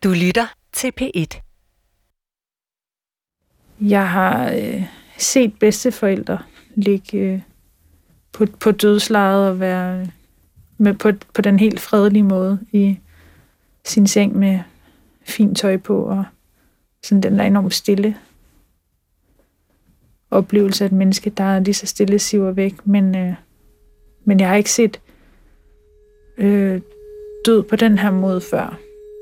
Du lytter til P1. Jeg har set bedsteforældre ligge på dødslejet og være med på den helt fredelige måde i sin seng med fint tøj på og sådan den der enormt stille oplevelse af et menneske, der er lige så stille siver væk. Men jeg har ikke set død på den her måde før.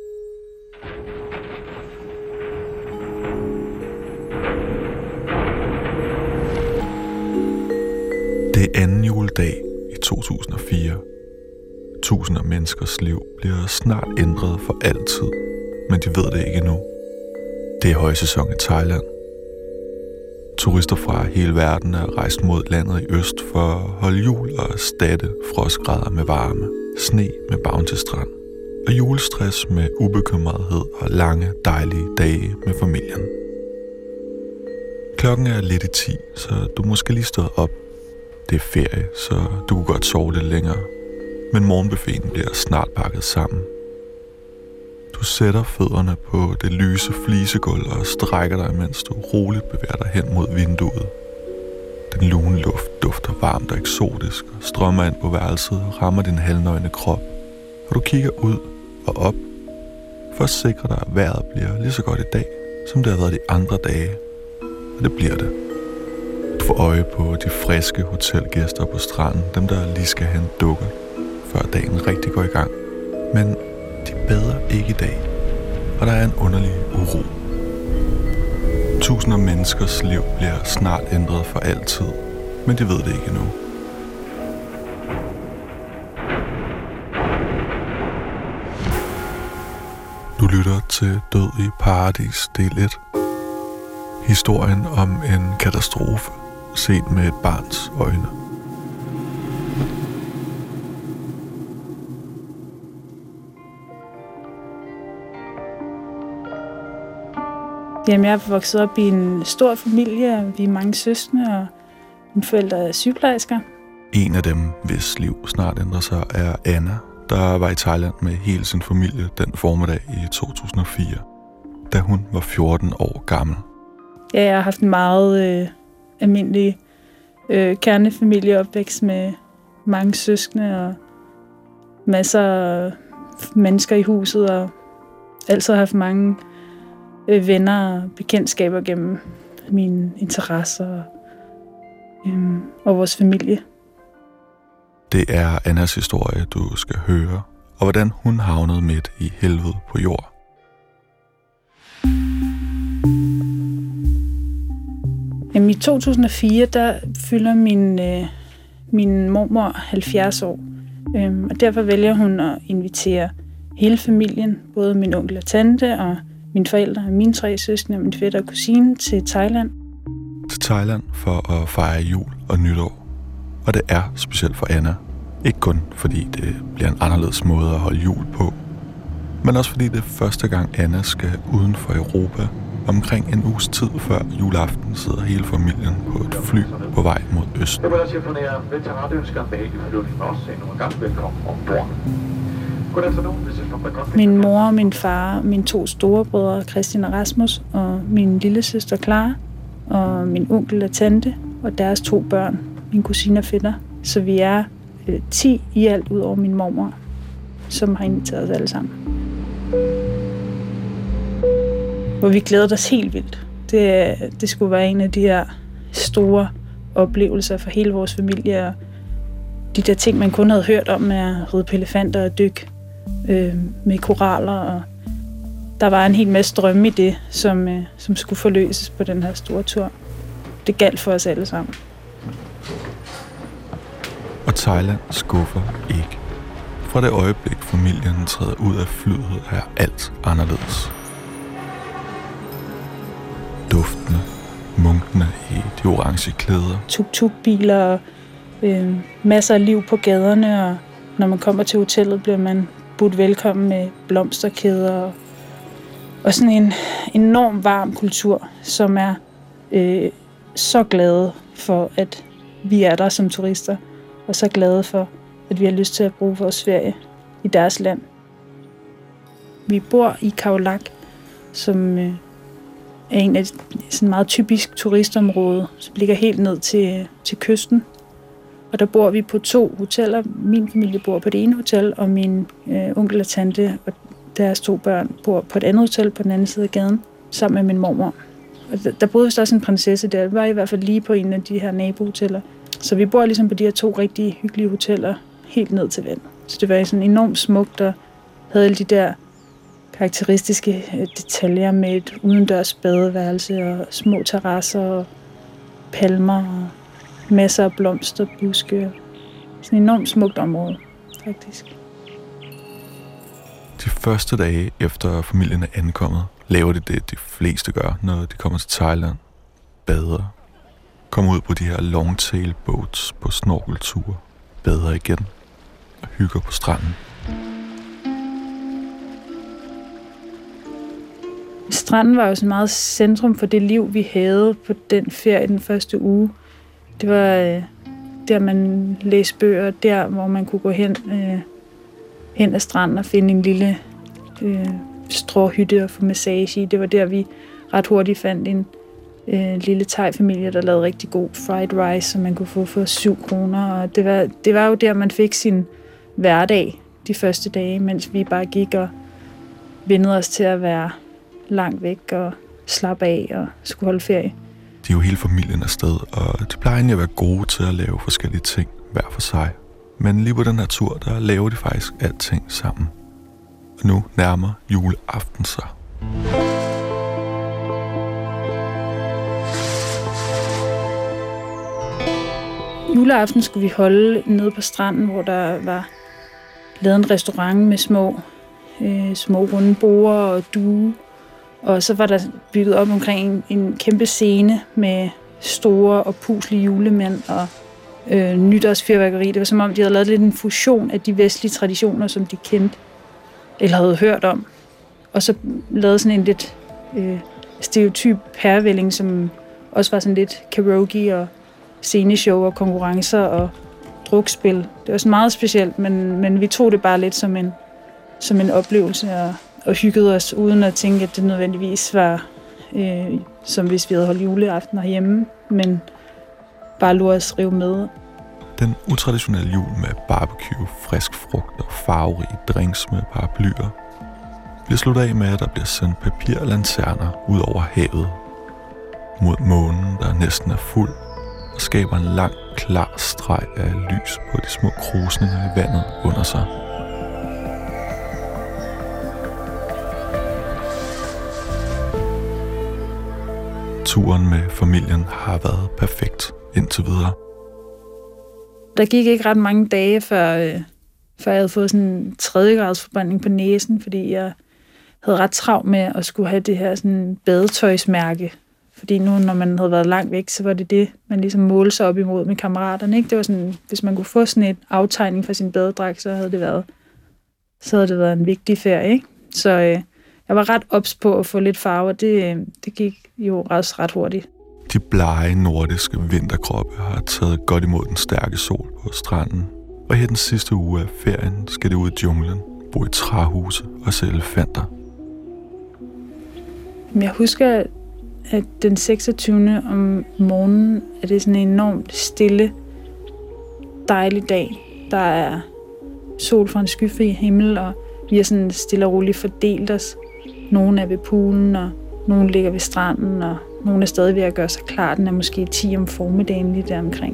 Det er anden juledag i 2004. Tusinder af menneskers liv bliver snart ændret for altid, men de ved det ikke endnu. Det er højsæson i Thailand. Turister fra hele verden er rejst mod landet i øst for at holde jul og erstatte frostgrader med varme, sne med bounty-strand og julestress med ubekymrethed og lange, dejlige dage med familien. Klokken er lidt i 10, så du måske lige stået op. Det er ferie, så du kunne godt sove lidt længere. Men morgenbuffeten bliver snart pakket sammen. Du sætter fødderne på det lyse flisegulv og strækker dig, mens du roligt bevæger dig hen mod vinduet. Den lune luft dufter varmt og eksotisk og strømmer ind på værelset og rammer din halvnøgne krop. Og du kigger ud og op for at sikre dig, at vejret bliver lige så godt i dag, som det har været de andre dage. Og det bliver det. Du får øje på de friske hotelgæster på stranden, dem der lige skal have en dukke, før dagen rigtig går i gang. Men de bader ikke i dag, og der er en underlig uro. Tusinder af menneskers liv bliver snart ændret for altid, men de ved det ikke endnu. Du lytter til Død i Paradis, del 1. Historien om en katastrofe, set med et barns øjne. Jamen, jeg er vokset op i en stor familie, og vi er mange søskende, og mine forældre er sygeplejersker. En af dem, hvis liv snart ændrer sig, er Anna, der var i Thailand med hele sin familie den formiddag i 2004, da hun var 14 år gammel. Ja, jeg har haft en meget almindelig kernefamilieopvækst med mange søskende og masser af mennesker i huset, og altid haft mange venner og bekendtskaber gennem mine interesser og vores familie. Det er Annas historie, du skal høre, og hvordan hun havnede midt i helvede på jord. Jamen, i 2004, der fylder min mormor 70 år, og derfor vælger hun at invitere hele familien, både min onkel og tante og mine forældre og mine 3 søskende og min fætter og kusine til Thailand. Til Thailand for at fejre jul og nytår. Og det er specielt for Anna. Ikke kun fordi det bliver en anderledes måde at holde jul på, men også fordi det er første gang Anna skal uden for Europa. Omkring en uges tid før juleaften sidder hele familien på et fly på vej mod øst. Jeg vil også telefonere veteranønsker en behagelig flyvning også. Endnu en gang velkommen ombord. Min mor og min far, mine 2 storebrødre, Christian og Rasmus, og min lille søster Clara, og min onkel og tante, og deres 2 børn, min kusine og fætter. Så vi er 10 i alt ud over min mormor, som har inviteret os alle sammen. Hvor vi glædede os helt vildt. Det skulle være en af de her store oplevelser for hele vores familie, og de der ting, man kun havde hørt om, med at ride på elefanter og dykke med koraller, og der var en hel masse drømme i det, som skulle forløses på den her store tur. Det galt for os alle sammen. Og Thailand skuffer ikke. Fra det øjeblik, familien træder ud af flyet, er alt anderledes. Duftene, munkene i de orange klæder. Tuk-tuk-biler, masser af liv på gaderne, og når man kommer til hotellet, bliver man budt velkommen med blomsterkæder. Og sådan en enorm varm kultur, som er så glade for, at vi er der som turister, og så glade for, at vi har lyst til at bruge vores ferie i deres land. Vi bor i Kaolack, som er en af sådan meget typisk turistområde, som ligger helt ned til kysten. Og der bor vi på 2 hoteller. Min familie bor på det ene hotel, og min onkel og tante og deres 2 børn bor på et andet hotel på den anden side af gaden, sammen med min mormor. Og der boede vist også en prinsesse der. Det var i hvert fald lige på en af de her nabohoteller. Så vi bor ligesom på de her 2 rigtig hyggelige hoteller, helt ned til vand. Så det var sådan enormt smukt, der havde alle de der karakteristiske detaljer med et udendørs badeværelse og små terrasser og palmer og masser af blomster, buske. Sådan et enormt smukt område, faktisk. De første dage efter familien er ankommet, laver de fleste gør, når de kommer til Thailand. Bader. Kommer ud på de her longtail boats på snorkelture. Bader igen. Og hygger på stranden. Stranden var jo så meget centrum for det liv, vi havde på den ferie den første uge. Det var der, man læste bøger, der, hvor man kunne gå hen ad stranden og finde en lille stråhytte og få massage i. Det var der, vi ret hurtigt fandt en lille thai-familie, der lavede rigtig god fried rice, som man kunne få for 7 kroner. Og det var jo der, man fik sin hverdag de første dage, mens vi bare gik og vendede os til at være langt væk og slappe af og skulle holde ferie. De er jo hele familien afsted, og de plejer egentlig at være gode til at lave forskellige ting hver for sig. Men lige på den her tur, der laver de faktisk alting sammen. Og nu nærmer juleaften sig. Juleaften skulle vi holde nede på stranden, hvor der var lavet en restaurant med små runde borde og due. Og så var der bygget op omkring en kæmpe scene med store og puslige julemænd og nytårsfyrværkeri. Det var som om, de havde lavet lidt en fusion af de vestlige traditioner, som de kendte eller havde hørt om. Og så lavet sådan en lidt stereotyp pærevælling, som også var sådan lidt karaoke og sceneshow og konkurrencer og drukspil. Det var sådan meget specielt, men vi tog det bare lidt som en oplevelse og hyggede os, uden at tænke, at det nødvendigvis var som hvis vi havde holdt juleaften herhjemme, men bare lod os rive med. Den utraditionelle jul med barbecue, frisk frugt og farverige drinks med paraplyer bliver sluttet af med, at der bliver sendt papirlanterner ud over havet mod månen, der næsten er fuld, og skaber en lang, klar streg af lys på de små krusninger i vandet under sig. Turen med familien har været perfekt indtil videre. Der gik ikke ret mange dage, før jeg havde fået sådan en 3. grads forbrænding på næsen, fordi jeg havde ret travlt med at skulle have det her sådan badetøjsmærke. Fordi nu, når man havde været langt væk, så var det, man ligesom målte sig op imod med kammeraterne. Ikke? Det var sådan, hvis man kunne få sådan et aftegning for sin badedragt, så havde det været en vigtig ferie. Ikke? Så jeg var ret ops på at få lidt farver. Det gik jo ret hurtigt. De blege nordiske vinterkroppe har taget godt imod den stærke sol på stranden. Og her den sidste uge af ferien skal det ud i junglen, bo i træhuse og se elefanter. Jeg husker, at den 26. om morgenen er det sådan en enormt stille, dejlig dag. Der er sol fra en skyfri himmel, og vi har sådan stille og roligt fordelt os. Nogle er ved poolen, og nogle ligger ved stranden, og nogle er stadig ved at gøre sig klar. Den er måske 10 om formiddagen lige der omkring.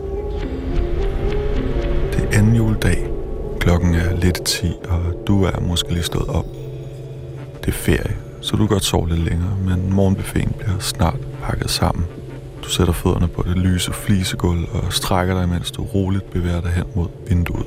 Det er anden juledag. Klokken er lidt 10, og du er måske lige stået op. Det er ferie, så du kan godt sove lidt længere, men morgenbuffeten bliver snart pakket sammen. Du sætter fødderne på det lyse flisegulv og strækker dig, mens du roligt bevæger dig hen mod vinduet.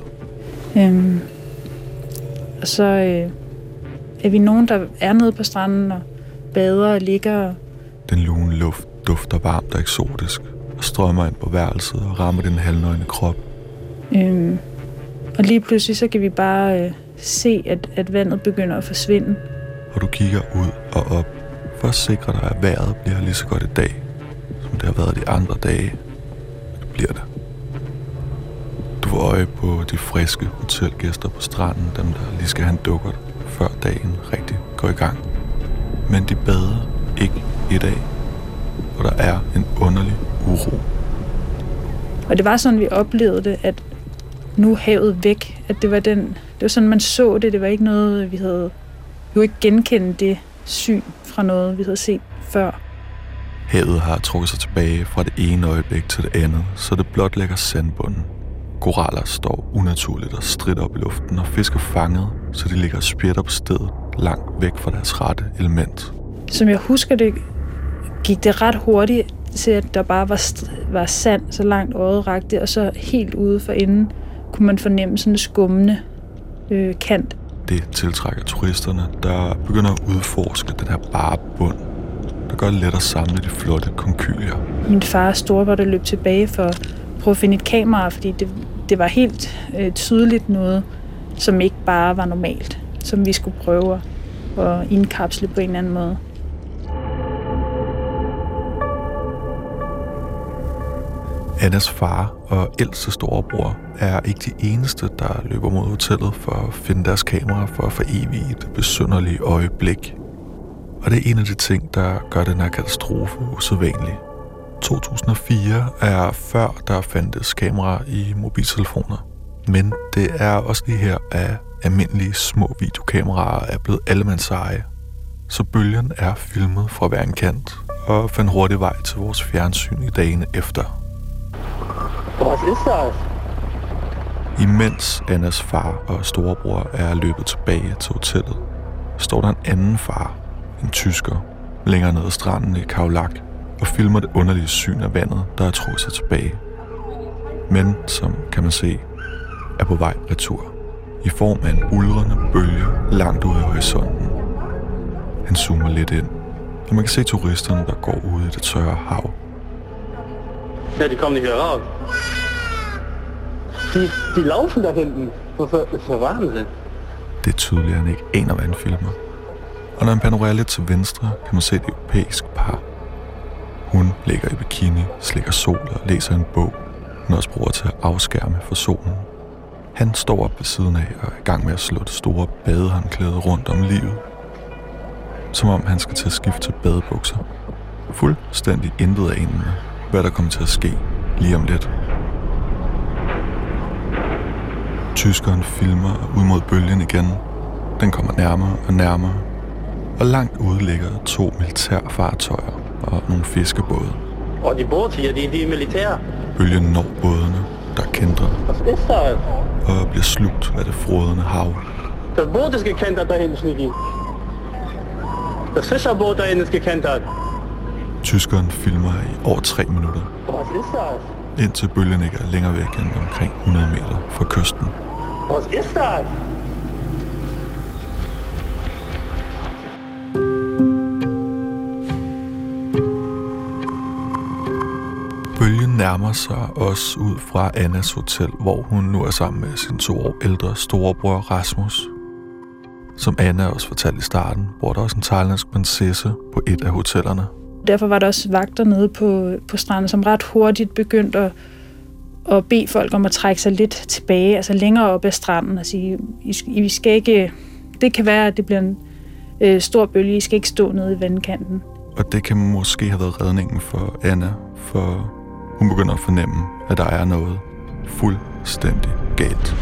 Og så er vi nogen, der er nede på stranden og bader og ligger. Den lune luft dufter varmt og eksotisk og strømmer ind på værelset og rammer den halvnøgne krop. Og lige pludselig så kan vi bare se, at vandet begynder at forsvinde. Og du kigger ud og op for at sikre dig, at vejret bliver lige så godt i dag, som det har været de andre dage. Det bliver det. Du får øje på de friske hotelgæster på stranden, dem der lige skal have en dukkert, før dagen rigtig går i gang. Men de bader ikke i dag, og der er en underlig uro. Og det var sådan, vi oplevede det, at nu er havet væk. At det var sådan, man så det. Det var ikke noget, vi kunne ikke genkende det syn fra noget, vi havde set før. Havet har trukket sig tilbage fra det ene øjeblik til det andet, så det blot lægger sandbunden. Koraller står unaturligt og stritter op i luften, og fisk er fanget, så de ligger og spjætter på stedet langt væk fra deres rette element. Som jeg husker det, gik det ret hurtigt til, at der bare var sand, så langt øjet rakte, og så helt ude for enden kunne man fornemme sådan en skummende kant. Det tiltrækker turisterne, der begynder at udforske den her bare bund, der gør det let at samle de flotte konkylier. Min far og storebror, der løb tilbage for at prøve at finde et kamera, fordi det var helt tydeligt noget, som ikke bare var normalt, som vi skulle prøve at indkapsle på en eller anden måde. Annas far og ældste storebror er ikke de eneste, der løber mod hotellet for at finde deres kamera for at forevige det besynderlige øjeblik. Og det er en af de ting, der gør den her katastrofe usædvanlig. 2004 er før der fandtes kameraer i mobiltelefoner. Men det er også lige her, at almindelige små videokameraer er blevet allemandseje. Så bølgen er filmet fra hver en kant og fandt hurtigt vej til vores fjernsyn i dagene efter. Hvad er det? Imens Annas far og storebror er løbet tilbage til hotellet, står der en anden far, en tysker, længere nede ad stranden i Kaulak, og filmer det underlige syn af vandet, der er trukket sig tilbage. Men, som kan man se, er på vej retur, i form af en buldrende bølge langt ude i horisonten. Han zoomer lidt ind, og man kan se turisterne, der går ude i det tørre hav. Ja, de kommer ikke raus. De laufen da hinten. Hvorfor var det? Det er tydeligt, at han ikke aner, hvad han filmer. Og når han panorerer lidt til venstre, kan man se et europæisk par. Hun ligger i bikini, slikker sol og læser en bog, hun også bruger til at afskærme for solen. Han står op ved siden af og er i gang med at slå det store badehåndklæde rundt om livet. Som om han skal til at skifte til badebukser. Fuldstændig intet af anende, hvad der kommer til at ske lige om lidt. Tyskeren filmer ud mod bølgen igen. Den kommer nærmere og nærmere. Og langt ude ligger 2 militærfartøjer og nogle fiskebåde. Og de både her, de er militære. Bølgen når bådene, der kæntrer. Hvad er det? Og bliver slugt af det frådende hav. Das Boot ist gekentert dahin, Schnicki. Das Fischerboot da hinten ist gekentert. Tyskeren filmer i over 3 minutter. Was ist das? Indtil bølgen ikke er længere væk end omkring 100 meter fra kysten. Was ist das? Bølgen nærmer sig også ud fra Annas hotel, hvor hun nu er sammen med sin 2 år ældre storebror Rasmus. Som Anna også fortalte i starten, bor der også en thailandsk prinsesse på et af hotellerne. Derfor var der også vagter nede på stranden, som ret hurtigt begyndte at bede folk om at trække sig lidt tilbage, altså længere op ad stranden og sige, I skal ikke, det kan være, at det bliver en stor bølge, I skal ikke stå nede i vandkanten. Og det kan måske have været redningen for Anna, for hun begynder at fornemme, at der er noget fuldstændig galt.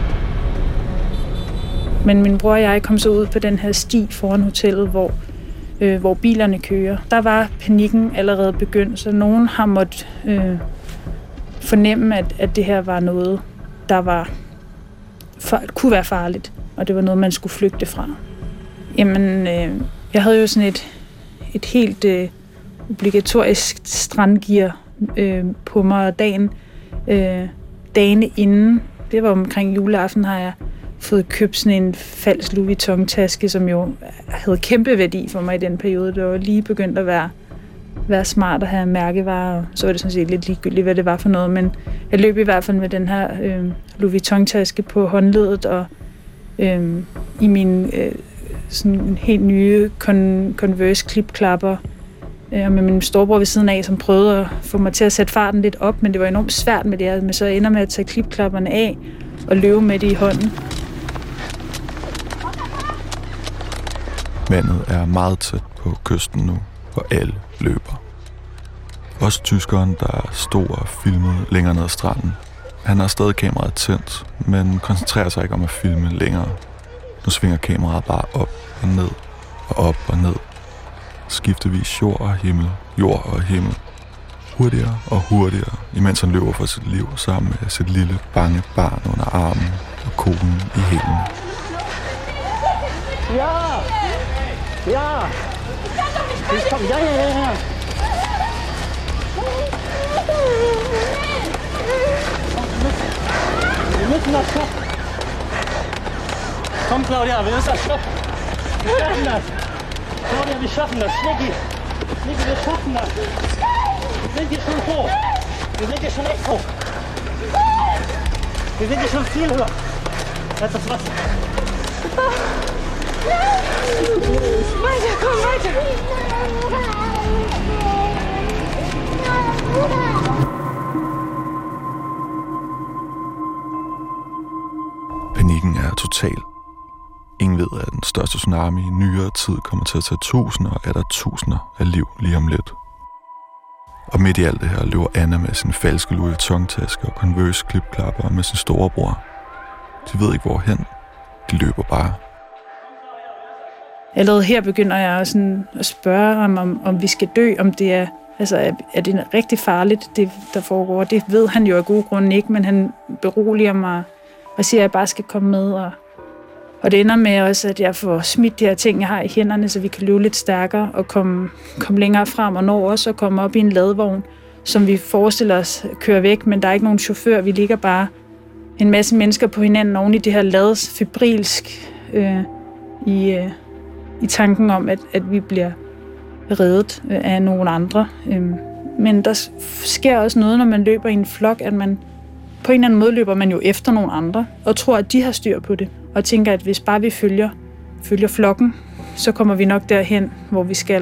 Men min bror og jeg kom så ud på den her sti foran hotellet, hvor bilerne kører. Der var panikken allerede begyndt, så nogen har måttet fornemme, at det her var noget, der kunne være farligt, og det var noget, man skulle flygte fra. Jamen, jeg havde jo sådan et helt obligatorisk strandgear på mig dagene inden. Det var omkring juleaften, har jeg fået købt sådan en falsk Louis Vuitton-taske, som jo havde kæmpe værdi for mig i den periode. Det var lige begyndt at være smart at have mærkevarer, og så var det sådan set lidt ligegyldigt, hvad det var for noget. Men jeg løb i hvert fald med den her Louis Vuitton-taske på håndledet, og i min sådan helt nye Converse-klipklapper, og med min storebror ved siden af, som prøvede at få mig til at sætte farten lidt op, men det var enormt svært med det her, men så ender med at tage klipklapperne af og løbe med det i hånden. Vandet er meget tæt på kysten nu, og alle løber. Også tyskeren, der stod og filmede længere ned ad stranden. Han har stadig kameraet tændt, men koncentrerer sig ikke om at filme længere. Nu svinger kameraet bare op og ned, og op og ned. Skiftevis jord og himmel, jord og himmel. Hurtigere og hurtigere, imens han løber for sit liv sammen med sit lille, bange barn under armen og konen i hælen. Ja! Ja! Kom, ja! Wir müssen das schaffen. Komm, Claudia, wir müssen das schaffen. Wir schaffen das. Claudia, wir schaffen das. Schnicki, wir schaffen das. Wir sind hier schon hoch. Wir sind hier schon echt hoch. Wir sind hier schon viel höher als das Wasser. Weiter, komm, weiter. Panikken er total. Ingen ved, at den største tsunami i nyere tid kommer til at tage tusinder og atter tusinder af liv lige om lidt. Og midt i alt det her løber Anna med sin falske Louis Vuitton-taske og Converse klipklapper med sin storebror. De ved ikke hvorhen. De løber bare. Allerede her begynder jeg sådan at spørge ham, om vi skal dø, om det er, altså, er det rigtig farligt, det der foregår. Det ved han jo af gode grunde ikke, men han beroliger mig og siger, at jeg bare skal komme med. Og det ender med også, at jeg får smidt de her ting, jeg har i hænderne, så vi kan løbe lidt stærkere og komme længere frem og nå også at komme op i en ladvogn, som vi forestiller os kører væk, men der er ikke nogen chauffør. Vi ligger bare en masse mennesker på hinanden oven i det her lades febrilsk i tanken om, at vi bliver reddet af nogle andre. Men der sker også noget, når man løber i en flok, at man på en eller anden måde løber man jo efter nogle andre, og tror, at de har styr på det, og tænker, at hvis bare vi følger flokken, så kommer vi nok derhen, hvor vi skal.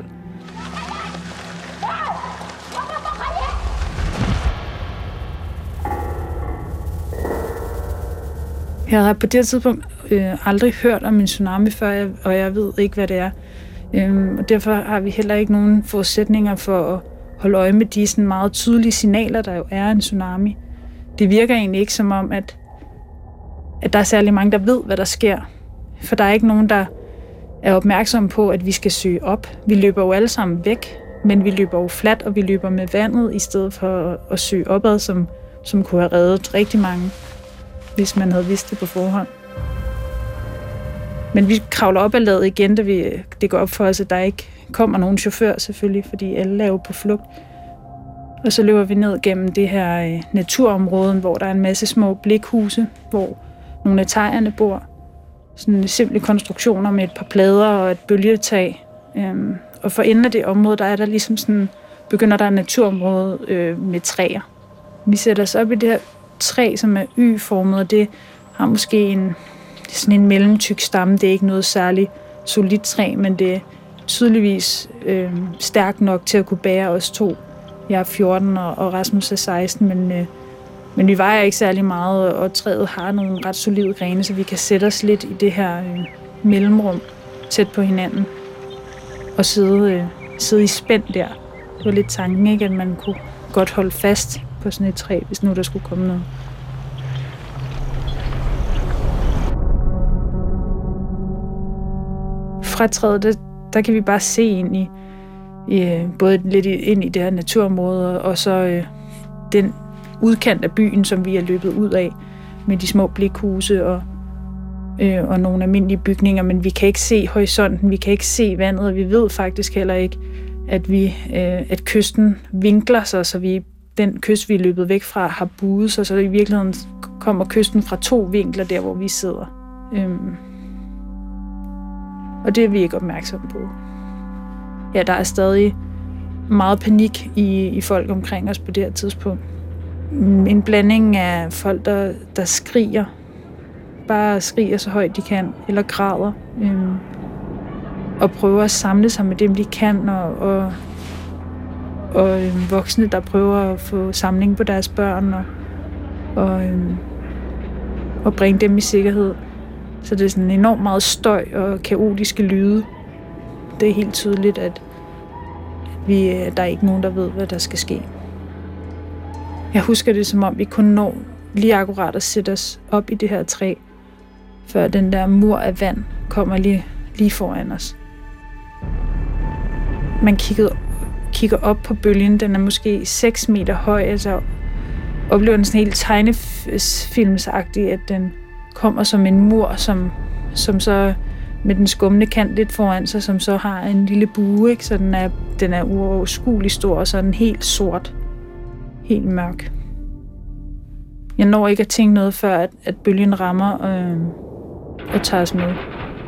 Jeg har på det tidspunkt aldrig hørt om en tsunami før, og jeg ved ikke, hvad det er. Og derfor har vi heller ikke nogen forudsætninger for at holde øje med de sådan meget tydelige signaler, der jo er en tsunami. Det virker egentlig ikke som om, at der er særlig mange, der ved, hvad der sker. For der er ikke nogen, der er opmærksomme på, at vi skal søge op. Vi løber jo alle sammen væk, men vi løber jo fladt, og vi løber med vandet, i stedet for at søge opad, som kunne have reddet rigtig mange, hvis man havde vidst det på forhånd. Men vi kravler op ad ladet igen, da det går op for os, at der ikke kommer nogen chauffør selvfølgelig, fordi alle er jo på flugt. Og så løber vi ned gennem det her naturområde, hvor der er en masse små blikhuse, hvor nogle af thaierne bor. Sådan simple konstruktioner med et par plader og et bølgetag. Og for enden af det område, der er der ligesom sådan, begynder der et naturområde med træer. Vi sætter os op i det her træ, som er Y-formet, og det har måske sådan en mellemtyk stamme. Det er ikke noget særligt solidt træ, men det er tydeligvis stærkt nok til at kunne bære os to. Jeg er 14, og Rasmus er 16, men vi vejer ikke særlig meget, og træet har nogle ret solide grene, så vi kan sætte os lidt i det her mellemrum tæt på hinanden og sidde i spænd der. Det var lidt tanken, ikke? At man kunne godt holde fast på sådan et træ, hvis nu der skulle komme noget. Fra træet, der kan vi bare se ind i både lidt ind i det her naturområde, og så den udkant af byen, som vi er løbet ud af, med de små blikhuse og nogle almindelige bygninger, men vi kan ikke se horisonten, vi kan ikke se vandet, og vi ved faktisk heller ikke, at kysten vinkler sig, så den kyst, vi er løbet væk fra, har buet sig, så i virkeligheden kommer kysten fra 2 vinkler, der hvor vi sidder. Og det er vi ikke opmærksomme på. Ja, der er stadig meget panik i folk omkring os på det her tidspunkt. En blanding af folk, der skriger. Bare skriger så højt de kan, eller græder. Og prøver at samle sig med dem, de kan. Og voksne, der prøver at få samling på deres børn. Og bringe dem i sikkerhed. Så det er sådan enormt meget støj og kaotiske lyde. det er helt tydeligt, at der er ikke nogen, der ved, hvad der skal ske. Jeg husker det, som om vi kun når lige akkurat at sætte os op i det her træ, før den der mur af vand kommer lige foran os. Man kigger op på bølgen, den er måske 6 meter høj, altså oplever den sådan helt tegnefilmsagtig, at den kommer som en mur, som så med den skumne kant lidt foran sig, som så har en lille bue, ikke? Så den er uoverskuelig stor, og så er den helt sort, helt mørk. Jeg når ikke at tænke noget, før at bølgen rammer og tager os med.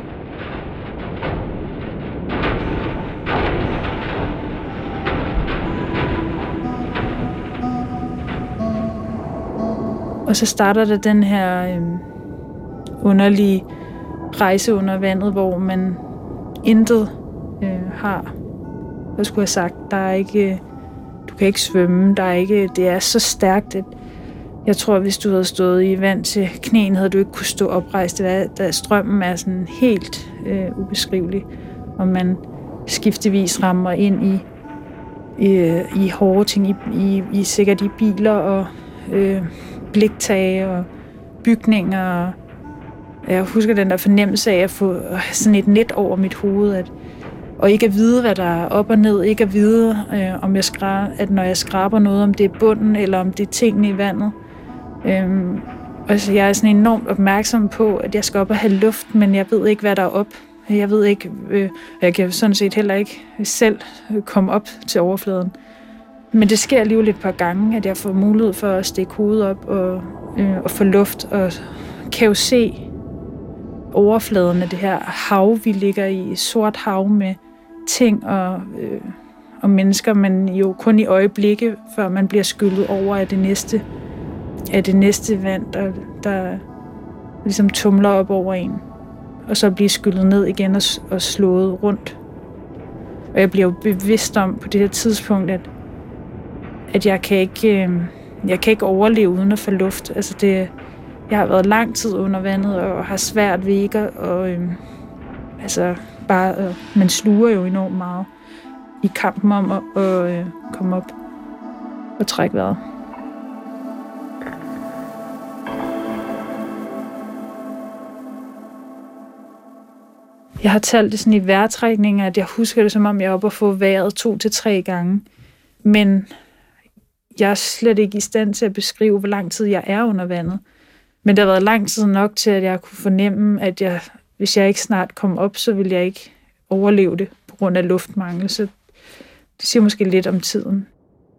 Og så starter der den her underlige rejse under vandet, hvor man intet har. Hvad skulle jeg sagt? Der er ikke, du kan ikke svømme. Det er så stærkt, at jeg tror, hvis du havde stået i vand til knæen, havde du ikke kunne stå oprejst. Da strømmen er sådan helt ubeskrivelig, og man skiftevis rammer ind i hårde ting, i sikkert i biler og bliktage og bygninger. Og jeg husker den der fornemmelse af at få sådan et net over mit hoved, og ikke at vide, hvad der er op og ned, ikke at vide, at når jeg skraber noget, om det er bunden, eller om det er tingene i vandet. Altså, jeg er sådan enormt opmærksom på, at jeg skal op og have luft, men jeg ved ikke, hvad der er op. Jeg ved ikke, jeg kan sådan set heller ikke selv komme op til overfladen. Men det sker alligevel et par gange, at jeg får mulighed for at stikke hovedet op og få luft, og kan jo se overfladen af det her hav, vi ligger i, sort hav med ting og mennesker, men jo kun i øjeblikke, før man bliver skyllet over af det næste vand, der ligesom tumler op over en, og så bliver skyllet ned igen og slået rundt. Og jeg bliver jo bevidst om på det her tidspunkt, at jeg kan ikke overleve uden at få luft. Altså jeg har været lang tid under vandet og har svært ved ikke man sluger jo enormt meget i kampen om at komme op og trække vejret. Jeg har talt det sådan i vejrtrækninger, at jeg husker det, som om jeg er oppe at få vejret 2 til 3 gange. Men jeg er slet ikke i stand til at beskrive, hvor lang tid jeg er under vandet. Men det har været lang tid nok til, at jeg kunne fornemme, at hvis jeg ikke snart kom op, så ville jeg ikke overleve det på grund af luftmangel. Så det siger måske lidt om tiden.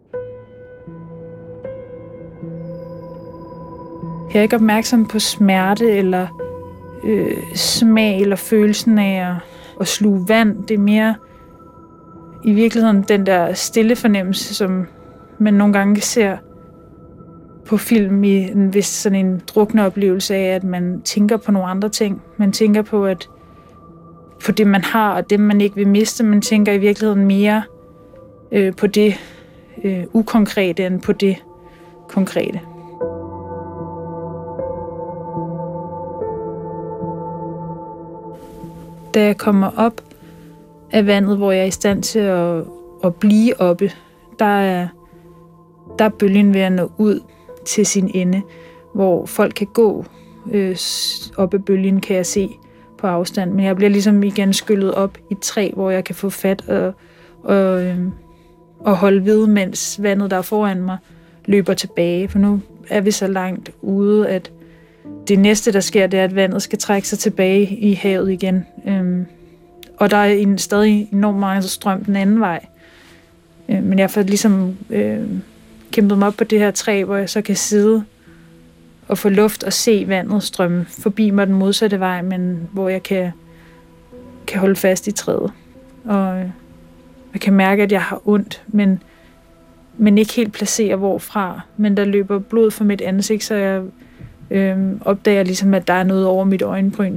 Jeg er ikke opmærksom på smerte eller smag eller følelsen af at sluge vand. Det er mere i virkeligheden den der stille fornemmelse, som man nogle gange ser på film i en vis sådan en drukne oplevelse af, at man tænker på nogle andre ting. Man tænker på det, man har, og det, man ikke vil miste. Man tænker i virkeligheden mere på det ukonkrete, end på det konkrete. Da jeg kommer op af vandet, hvor jeg er i stand til at blive oppe, der er bølgen ved at nå ud til sin ende, hvor folk kan gå op ad bølgen, kan jeg se på afstand. Men jeg bliver ligesom igen skyllet op i et træ, hvor jeg kan få fat og holde ved, mens vandet, der er foran mig, løber tilbage. For nu er vi så langt ude, at det næste, der sker, det er, at vandet skal trække sig tilbage i havet igen. Og der er stadig enormt meget strøm den anden vej. Men jeg får ligesom kæmpet mig op på det her træ, hvor jeg så kan sidde og få luft og se vandet strømme forbi mig den modsatte vej, men hvor jeg kan holde fast i træet. Og jeg kan mærke, at jeg har ondt, men ikke helt placere hvorfra. Men der løber blod fra mit ansigt, så jeg opdager ligesom, at der er noget over mit øjenbryn,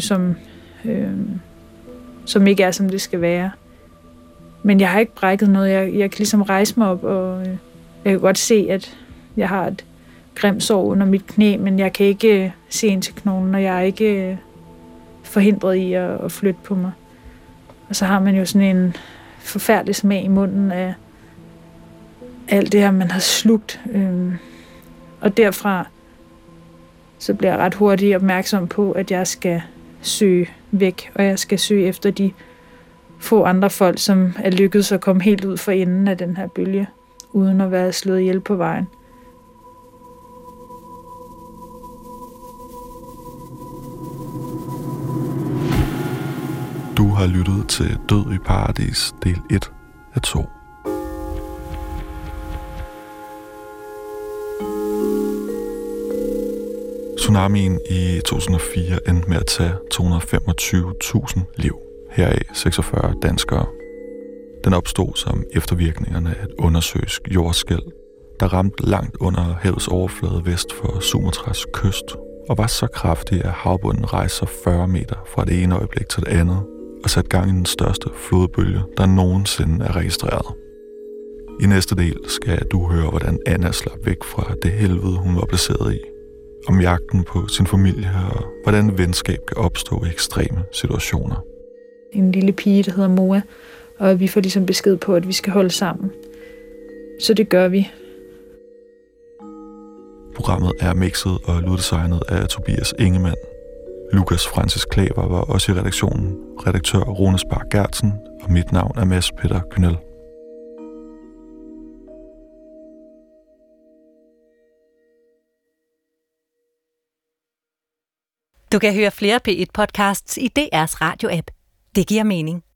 som ikke er, som det skal være. Men jeg har ikke brækket noget. Jeg kan ligesom rejse mig op, og jeg kan godt se, at jeg har et grimt sår under mit knæ, men jeg kan ikke se ind til knoglen, og jeg er ikke forhindret i at flytte på mig. Og så har man jo sådan en forfærdelig smag i munden af alt det her, man har slugt. Og derfra så bliver jeg ret hurtigt opmærksom på, at jeg skal søge væk, og jeg skal søge efter de få andre folk, som er lykkedes at komme helt ud for enden af den her bølge, uden at være slået ihjel på vejen. Du har lyttet til Død i Paradis, del 1 af 2. Tsunamien i 2004 endte med at tage 225.000 liv, heraf 46 danskere. Den opstod som eftervirkningerne af et undersøisk jordskælv, der ramte langt under havets overflade vest for Sumatras kyst, og var så kraftig, at havbunden rejste sig 40 meter fra det ene øjeblik til det andet, og satte gang i den største flodbølge, der nogensinde er registreret. I næste del skal du høre, hvordan Anna slap væk fra det helvede, hun var placeret i, om jagten på sin familie og hvordan venskab kan opstå i ekstreme situationer. En lille pige, der hedder Moa, og vi får ligesom besked på, at vi skal holde sammen. Så det gør vi. Programmet er mixet og lyddesignet af Tobias Ingemann. Lukas Francis Klaver var også i redaktionen, redaktør Rune Spar Gertsen, og mit navn er Mads Peter Kynel. Du kan høre flere P1-podcasts i DR's radio-app. Det giver mening.